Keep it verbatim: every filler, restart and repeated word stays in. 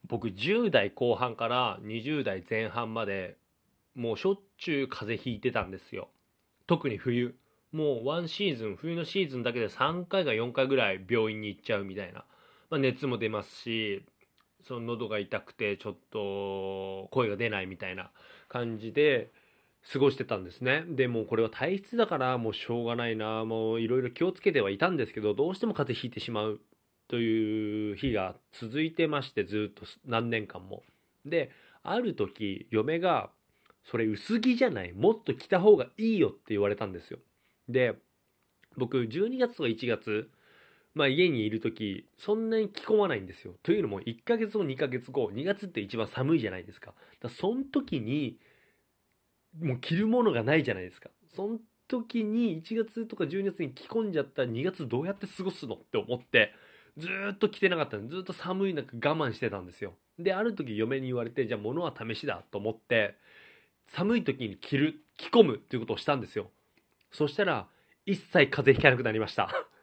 僕じゅう代後半からにじゅう代前半までもうしょっちゅう風邪ひいてたんですよ。特に冬。もうワンシーズン、冬のシーズンだけでさんかいかよんかいぐらい病院に行っちゃうみたいな。まあ、熱も出ますし、その喉が痛くてちょっと声が出ないみたいな感じで過ごしてたんですね。でもうこれは体質だからもうしょうがないな、もういろいろ気をつけてはいたんですけど、どうしても風邪ひいてしまうという日が続いてまして、ずっと何年間も。で、ある時嫁がそれ薄着じゃない、もっと着た方がいいよって言われたんですよ。で、僕じゅうにがつとかいちがつ、まあ家にいる時そんなに着込まないんですよ。というのもいっかげつごにかげつご、にがつって一番寒いじゃないですか。だからその時にもう着るものがないじゃないですか。その時にいちがつとかじゅうにがつに着込んじゃったにがつどうやって過ごすのって思って、ずーっと着てなかったんで、ずーっと寒い中我慢してたんですよ。で、ある時嫁に言われて、じゃあ物は試しだと思って、寒い時に着る、着込むっていうことをしたんですよ。そしたら、一切風邪ひかなくなりました。